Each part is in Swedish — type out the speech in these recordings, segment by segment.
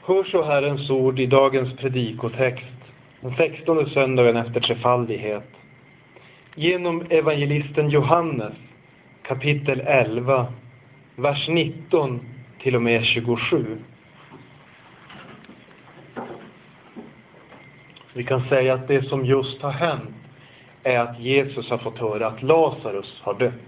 Hör så Herrens ord i dagens predikotext, den 16:e söndagen efter trefaldighet. Genom evangelisten Johannes, kapitel 11, vers 19 till och med 27. Vi kan säga att det som just har hänt är att Jesus har fått höra att Lazarus har dött.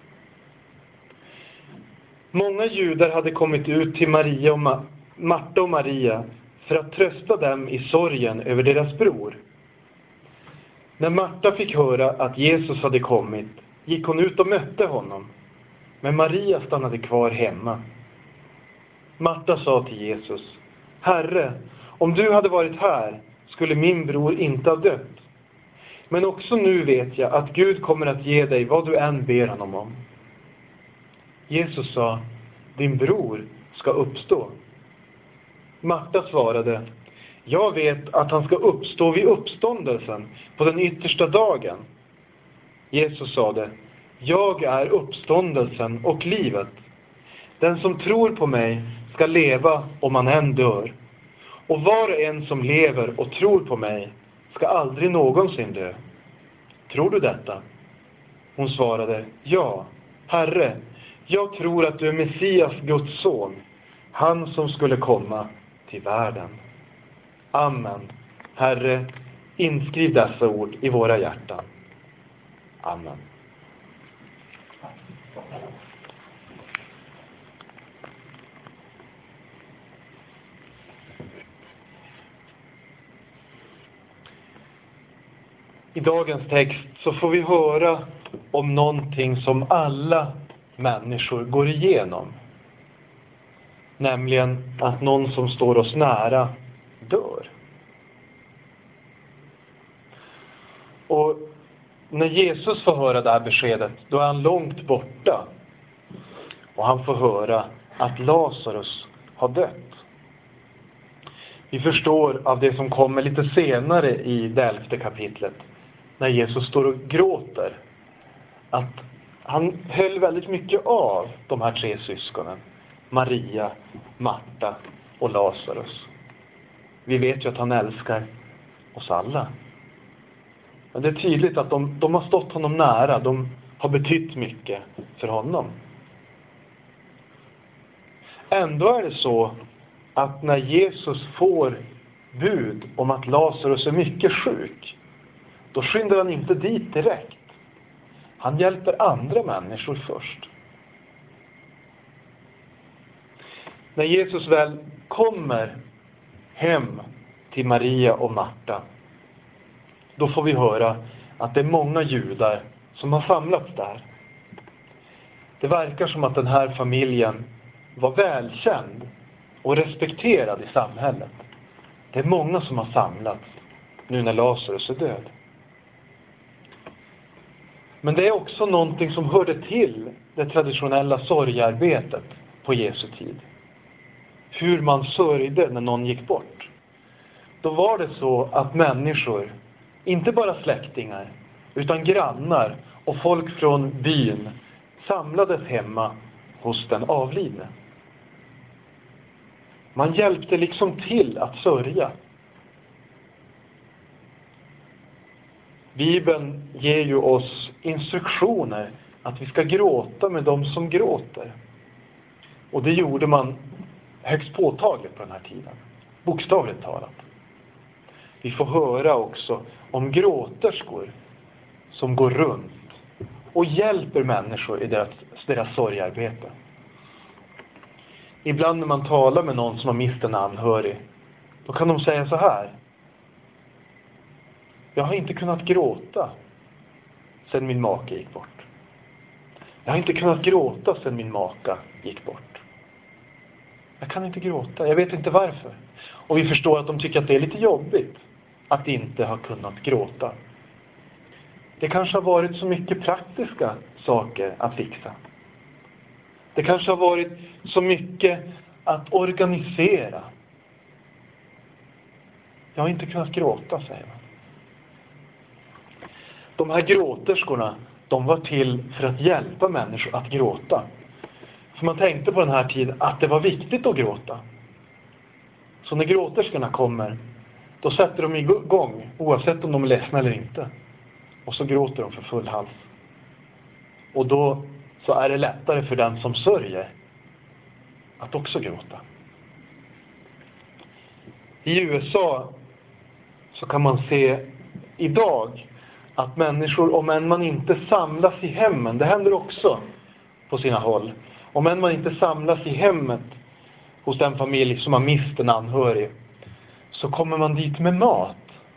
Många judar hade kommit ut till Marta och Maria för att trösta dem i sorgen över deras bror. När Marta fick höra att Jesus hade kommit gick hon ut och mötte honom, men Maria stannade kvar hemma. Marta sa till Jesus: Herre, om du hade varit här skulle min bror inte ha dött. Men också nu vet jag att Gud kommer att ge dig vad du än ber honom om. Jesus sa: din bror ska uppstå. Marta svarade: jag vet att han ska uppstå vid uppståndelsen på den yttersta dagen. Jesus sade: jag är uppståndelsen och livet. Den som tror på mig ska leva om han än dör. Och var och en som lever och tror på mig ska aldrig någonsin dö. Tror du detta? Hon svarade: ja, Herre, jag tror att du är Messias, Guds son, han som skulle komma till världen. Amen. Herre, inskriv dessa ord i våra hjärtan. Amen. I dagens text så får vi höra om någonting som alla människor går igenom. Nämligen att någon som står oss nära dör. Och när Jesus får höra det här beskedet, då är han långt borta. Och han får höra att Lazarus har dött. Vi förstår av det som kommer lite senare i det 11:e kapitlet, när Jesus står och gråter, att han höll väldigt mycket av de här 3 syskonen. Maria, Marta och Lazarus. Vi vet ju att han älskar oss alla. Men det är tydligt att de har stått honom nära. De har betytt mycket för honom. Ändå är det så att när Jesus får bud om att Lazarus är mycket sjuk, då skyndar han inte dit direkt. Han hjälper andra människor först. När Jesus väl kommer hem till Maria och Marta, då får vi höra att det är många judar som har samlats där. Det verkar som att den här familjen var välkänd och respekterad i samhället. Det är många som har samlats nu när Lazarus är död. Men det är också någonting som hörde till det traditionella sorgearbetet på Jesu tid. Hur man sörjde när någon gick bort. Då var det så att människor, inte bara släktingar, utan grannar och folk från byn samlades hemma hos den avlidne. Man hjälpte liksom till att sörja. Bibeln ger ju oss instruktioner att vi ska gråta med dem som gråter. Och det gjorde man högst påtagligt på den här tiden. Bokstavligt talat. Vi får höra också om gråterskor som går runt och hjälper människor i deras sorgarbete. Ibland när man talar med någon som har mist en anhörig, då kan de säga så här: jag har inte kunnat gråta sedan min make gick bort. Jag har inte kunnat gråta sedan min maka gick bort. Jag kan inte gråta, jag vet inte varför. Och vi förstår att de tycker att det är lite jobbigt att inte ha kunnat gråta. Det kanske har varit så mycket praktiska saker att fixa. Det kanske har varit så mycket att organisera. Jag har inte kunnat gråta, säger man. De här gråterskorna, de var till för att hjälpa människor att gråta. För man tänkte på den här tiden att det var viktigt att gråta. Så när gråterskorna kommer, då sätter de igång, oavsett om de är ledsna eller inte. Och så gråter de för full hals. Och då så är det lättare för den som sörjer att också gråta. I USA så kan man se idag att människor, om än man inte samlas i hemmen, det händer också på sina håll, om än man inte samlas i hemmet hos den familj som har mist en anhörig, så kommer man dit med mat.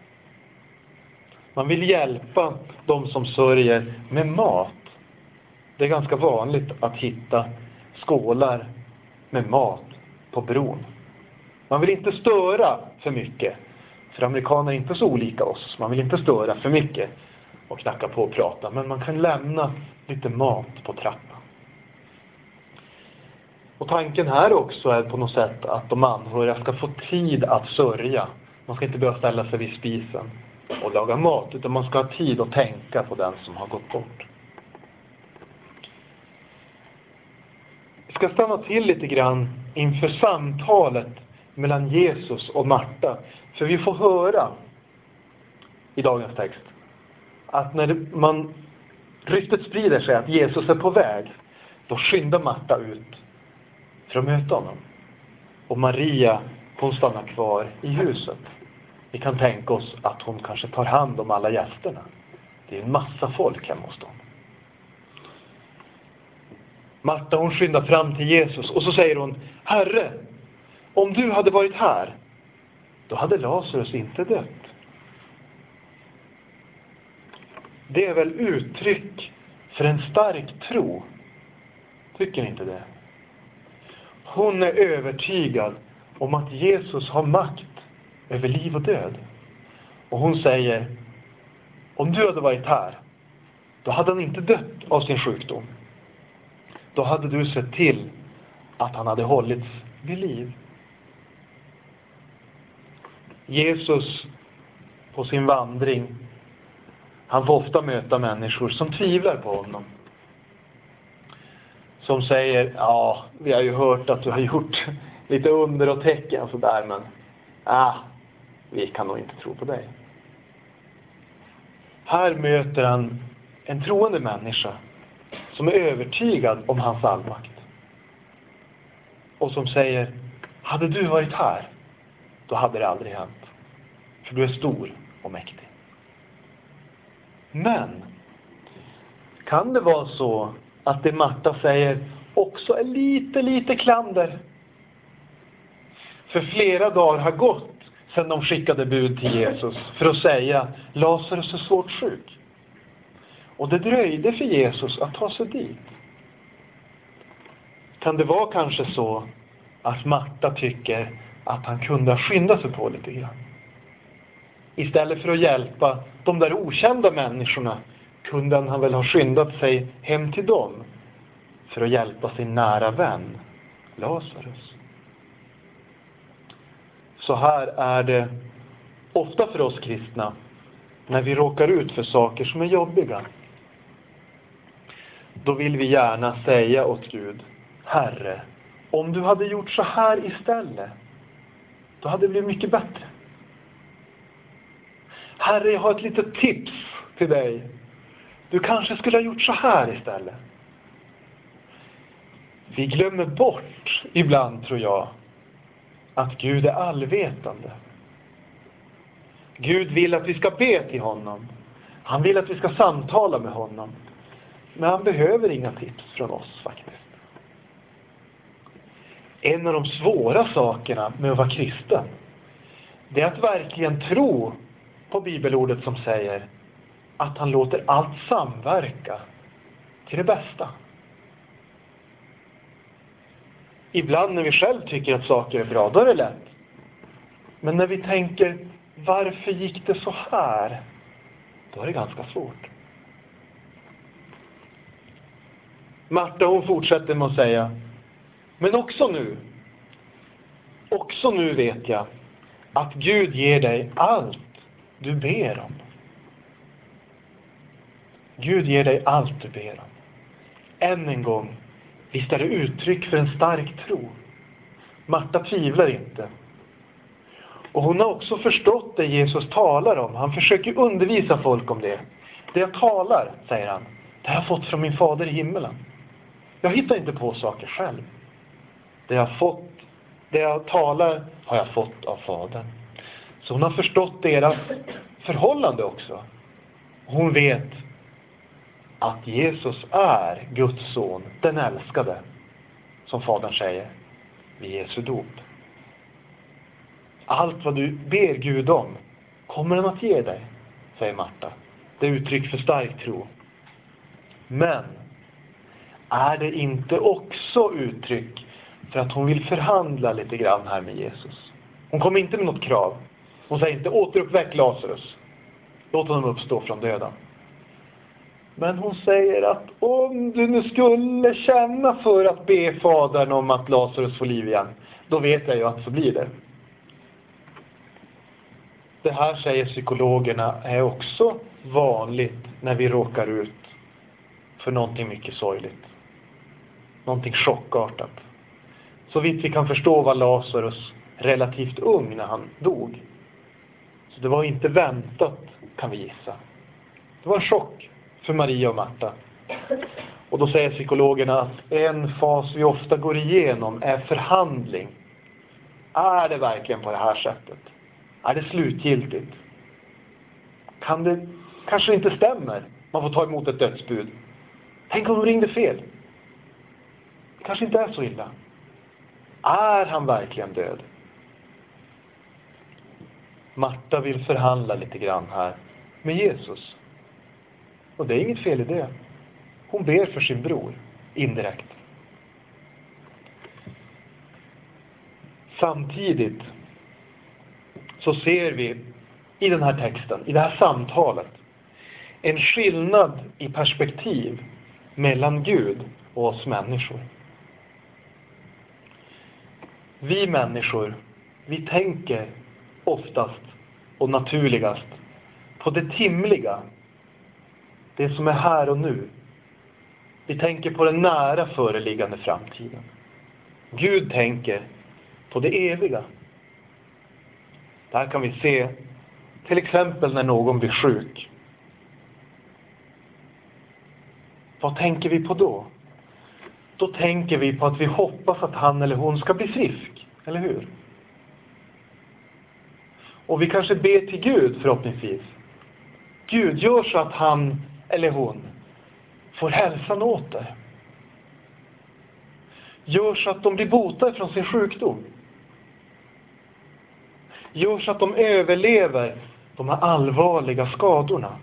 Man vill hjälpa de som sörjer med mat. Det är ganska vanligt att hitta skålar med mat på bron. Man vill inte störa för mycket. För amerikaner är inte så olika oss. Man vill inte störa för mycket och knacka på och prata. Men man kan lämna lite mat på trappan. Och tanken här också är på något sätt att de anhöriga ska få tid att sörja. Man ska inte behöva ställa sig vid spisen och laga mat. Utan man ska ha tid att tänka på den som har gått bort. Vi ska stanna till lite grann inför samtalet mellan Jesus och Marta. För vi får höra i dagens text att när ryktet sprider sig att Jesus är på väg, då skyndar Marta ut för att möta honom. Och Maria, hon stannar kvar i huset. Vi kan tänka oss att hon kanske tar hand om alla gästerna. Det är en massa folk hemma hos dem. Marta, hon skyndar fram till Jesus och så säger hon: Herre, om du hade varit här, då hade Lazarus inte dött. Det är väl uttryck för en stark tro. Tycker ni inte det? Hon är övertygad om att Jesus har makt över liv och död. Och hon säger: om du hade varit här, då hade han inte dött av sin sjukdom. Då hade du sett till att han hade hållits vid liv. Jesus på sin vandring, han får ofta möta människor som tvivlar på honom. Som säger: ja, vi har ju hört att du har gjort lite under och tecken så där, men vi kan nog inte tro på dig. Här möter han en troende människa som är övertygad om hans allmakt. Och som säger: hade du varit här, då hade det aldrig hänt. För du är stor och mäktig. Men kan det vara så att det Marta säger också är lite klander? För flera dagar har gått sedan de skickade bud till Jesus för att säga: Lazarus är svårt sjuk. Och det dröjde för Jesus att ta sig dit. Kan det vara kanske så att Marta tycker att han kunde ha skyndat sig på lite grann? Istället för att hjälpa de där okända människorna kunde han väl ha skyndat sig hem till dem för att hjälpa sin nära vän Lazarus. Så här är det ofta för oss kristna när vi råkar ut för saker som är jobbiga. Då vill vi gärna säga åt Gud: Herre, om du hade gjort så här istället, då hade det blivit mycket bättre. Herre, jag har ett litet tips till dig. Du kanske skulle ha gjort så här istället. Vi glömmer bort ibland, tror jag, att Gud är allvetande. Gud vill att vi ska be till honom. Han vill att vi ska samtala med honom. Men han behöver inga tips från oss faktiskt. En av de svåra sakerna med att vara kristen, det är att verkligen tro på bibelordet som säger att han låter allt samverka till det bästa. Ibland när vi själv tycker att saker är bra, då är det lätt. Men när vi tänker: varför gick det så här? Då är det ganska svårt. Marta, hon fortsätter med att säga: men också nu vet jag att Gud ger dig allt du ber om. Gud ger dig allt du ber om. Än en gång, visst är det uttryck för en stark tro. Marta tvivlar inte. Och hon har också förstått det Jesus talar om. Han försöker undervisa folk om det. Det jag talar, säger han, det har jag fått från min fader i himmelen. Jag hittar inte på saker själv. Det jag talar har jag fått av fadern. Så hon har förstått deras förhållande också. Hon vet att Jesus är Guds son, den älskade, som fadern säger vid Jesu dop. Allt vad du ber Gud om kommer han att ge dig, säger Marta. Det är uttryck för stark tro. Men är det inte också uttryck för att hon vill förhandla lite grann här med Jesus? Hon kommer inte med något krav. Hon säger inte återuppväck Lazarus. Låt honom uppstå från döden. Men hon säger att om du nu skulle känna för att be fadern om att Lazarus får liv igen, då vet jag ju att så blir det. Det här, säger psykologerna, är också vanligt när vi råkar ut för någonting mycket sorgligt. Någonting chockartat. Så vitt vi kan förstå var Lazarus relativt ung när han dog. Så det var inte väntat, kan vi gissa. Det var en chock för Maria och Marta. Och då säger psykologerna att en fas vi ofta går igenom är förhandling. Är det verkligen på det här sättet? Är det slutgiltigt? Kanske inte stämmer. Man får ta emot ett dödsbud. Tänk om de ringde fel. Det kanske inte är så illa. Är han verkligen död? Marta vill förhandla lite grann här med Jesus. Och det är inget fel i det. Hon ber för sin bror, indirekt. Samtidigt så ser vi i den här texten, i det här samtalet, en skillnad i perspektiv mellan Gud och oss människor. Vi människor, vi tänker oftast och naturligast på det timliga, det som är här och nu. Vi tänker på den nära föreliggande framtiden. Gud tänker på det eviga. Det här kan vi se till exempel när någon blir sjuk. Vad tänker vi på då? Då tänker vi på att vi hoppas att han eller hon ska bli frisk, eller hur? Och vi kanske ber till Gud förhoppningsvis. Gud, gör så att han eller hon får hälsan åter. Gör så att de blir botade från sin sjukdom. Gör så att de överlever de här allvarliga skadorna.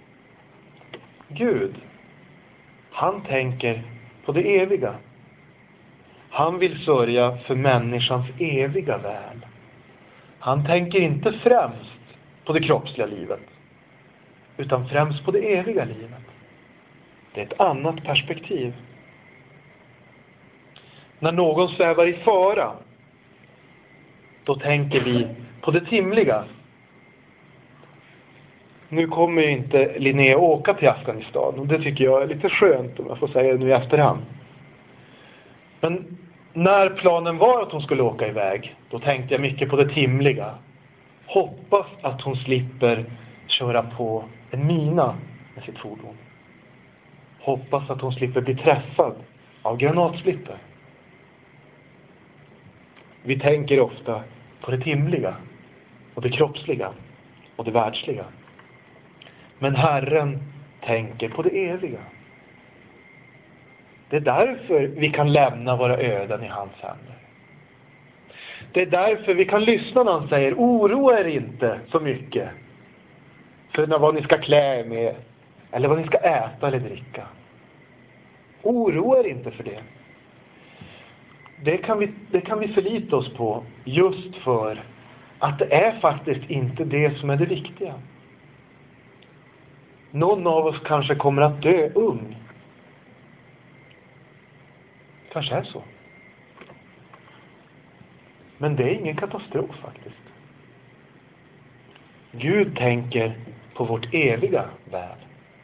Gud, han tänker på det eviga. Han vill sörja för människans eviga väl. Han tänker inte främst på det kroppsliga livet, utan främst på det eviga livet. Det är ett annat perspektiv. När någon svävar i fara, då tänker vi på det timliga. Nu kommer ju inte Linnea åka till Afghanistan, och det tycker jag är lite skönt om jag får säga det nu i efterhand. Men när planen var att hon skulle åka iväg, då tänkte jag mycket på det timliga. Hoppas att hon slipper köra på en mina med sitt fordon. Hoppas att hon slipper bli träffad av granatsplitter. Vi tänker ofta på det timliga och det kroppsliga och det världsliga. Men Herren tänker på det eviga. Det är därför vi kan lämna våra öden i hans händer. Det är därför vi kan lyssna när han säger: oroa er inte så mycket för vad ni ska klä er med eller vad ni ska äta eller dricka. Oroa er inte för det. Det kan vi förlita oss på, just för att det är faktiskt inte det som är det viktiga. Någon av oss kanske kommer att dö ung. Kanske är så. Men det är ingen katastrof faktiskt. Gud tänker på vårt eviga väl.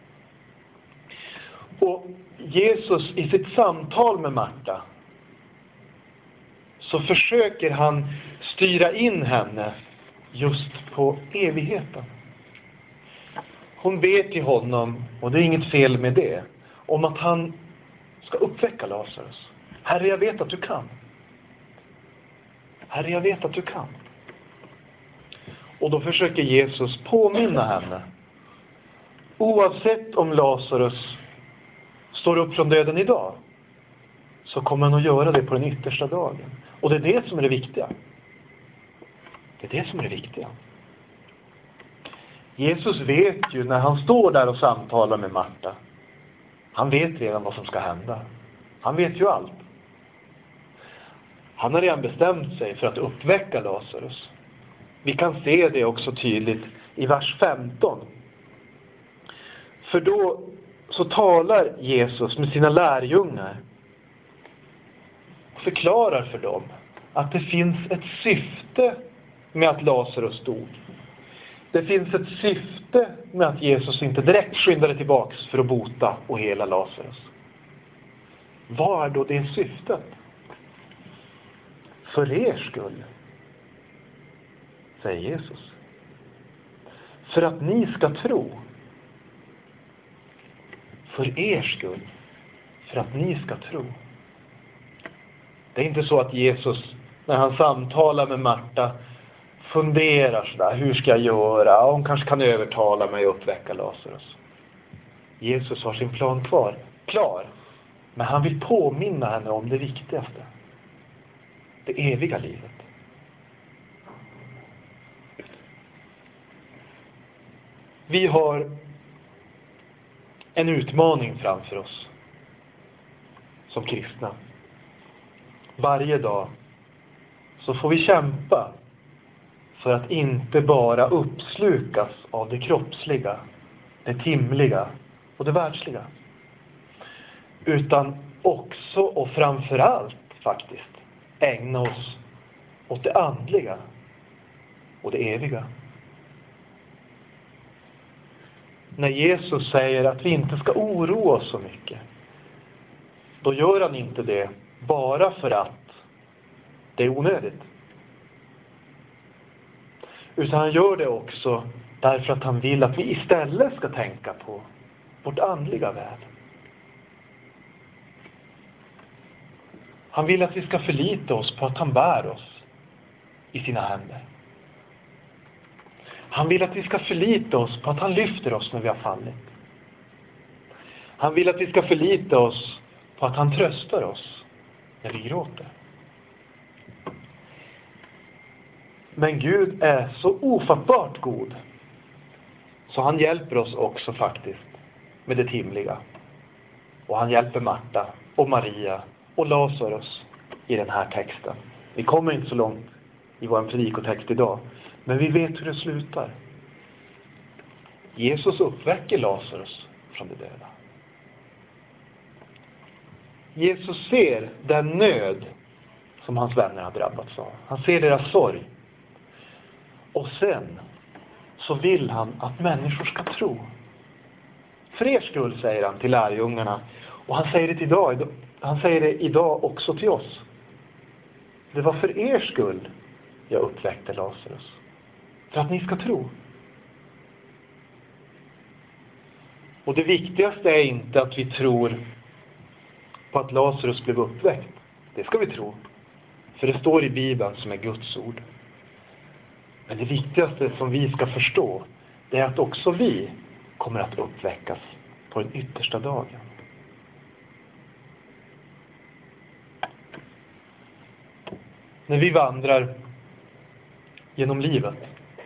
Och Jesus i sitt samtal med Marta, så försöker han styra in henne just på evigheten. Hon ber till honom, och det är inget fel med det, om att han ska uppväcka Lazarus. Herre, jag vet att du kan. Herre, jag vet att du kan. Och då försöker Jesus påminna henne. Oavsett om Lazarus står upp från döden idag, så kommer han att göra det på den yttersta dagen. Och det är det som är det viktiga. Det är det som är det viktiga. Jesus vet ju när han står där och samtalar med Marta. Han vet redan vad som ska hända. Han vet ju allt. Han har redan bestämt sig för att uppväcka Lazarus. Vi kan se det också tydligt i vers 15. För då så talar Jesus med sina lärjungar och förklarar för dem att det finns ett syfte med att Lazarus dog. Det finns ett syfte med att Jesus inte direkt skyndade tillbaks för att bota och hela Lazarus. Vad är då det syftet? För er skull, säger Jesus. För att ni ska tro. För er skull. För att ni ska tro. Det är inte så att Jesus, när han samtalar med Marta, funderar sådär, hur ska jag göra? Hon kanske kan övertala mig och uppväcka Lazarus. Jesus har sin plan klar. Men han vill påminna henne om det viktigaste. Det eviga livet. Vi har en utmaning framför oss som kristna. Varje dag så får vi kämpa för att inte bara uppslukas av det kroppsliga, det timliga och det världsliga. Utan också och framförallt faktiskt ägna oss åt det andliga och det eviga. När Jesus säger att vi inte ska oroa oss så mycket, då gör han inte det bara för att det är onödigt. Utan han gör det också därför att han vill att vi istället ska tänka på vårt andliga värld. Han vill att vi ska förlita oss på att han bär oss i sina händer. Han vill att vi ska förlita oss på att han lyfter oss när vi har fallit. Han vill att vi ska förlita oss på att han tröstar oss när vi gråter. Men Gud är så ofattbart god, så han hjälper oss också faktiskt med det timliga. Och han hjälper Marta och Maria och Lazarus i den här texten. Vi kommer inte så långt i vår predikotext idag, men vi vet hur det slutar. Jesus uppväcker Lazarus från det döda. Jesus ser den nöd som hans vänner har drabbats av. Han ser deras sorg. Och sen så vill han att människor ska tro. För er skull, säger han till lärjungarna. Och han säger det idag också till oss. Det var för er skull jag uppväckte Lazarus. För att ni ska tro. Och det viktigaste är inte att vi tror på att Lazarus blev uppväckt. Det ska vi tro. För det står i Bibeln som är Guds ord. Men det viktigaste som vi ska förstå, det är att också vi kommer att uppväckas på den yttersta dagen. När vi vandrar genom livet,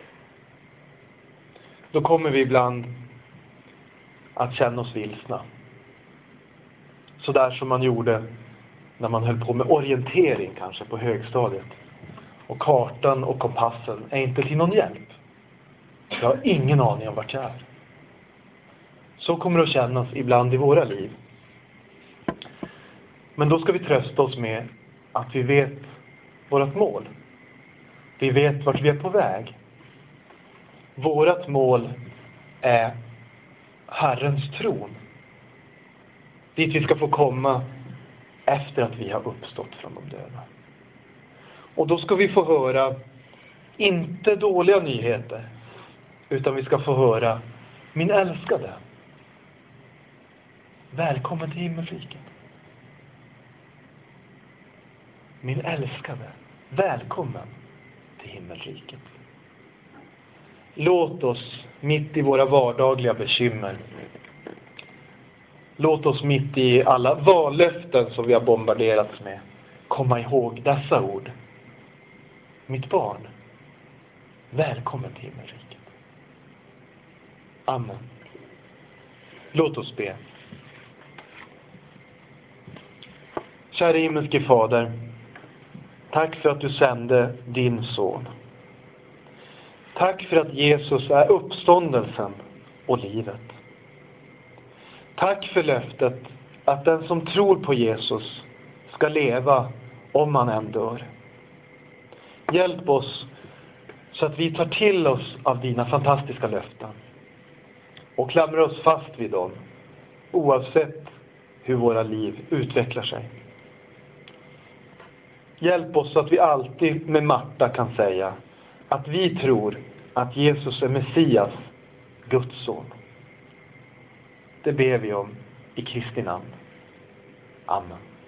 då kommer vi ibland att känna oss vilsna. Så där som man gjorde när man höll på med orientering kanske på högstadiet. Och kartan och kompassen är inte till någon hjälp. Jag har ingen aning om vart jag är. Så kommer det att kännas ibland i våra liv. Men då ska vi trösta oss med att vi vet vårt mål. Vi vet vart vi är på väg. Vårat mål är Herrens tron. Dit vi ska få komma efter att vi har uppstått från de döda. Och då ska vi få höra inte dåliga nyheter, utan vi ska få höra: min älskade, välkommen till himmelriket. Min älskade, välkommen till himmelriket. Låt oss mitt i våra vardagliga bekymmer, låt oss mitt i alla vallöften som vi har bombarderats med, komma ihåg dessa ord: mitt barn, välkommen till himmelriket. Amen. Låt oss be. Kära himmelske Fader, tack för att du sände din son. Tack för att Jesus är uppståndelsen och livet. Tack för löftet att den som tror på Jesus ska leva om han än dör. Hjälp oss så att vi tar till oss av dina fantastiska löften och klamrar oss fast vid dem, oavsett hur våra liv utvecklar sig. Hjälp oss så att vi alltid med Marta kan säga att vi tror att Jesus är Messias, Guds son. Det ber vi om i Kristi namn. Amen.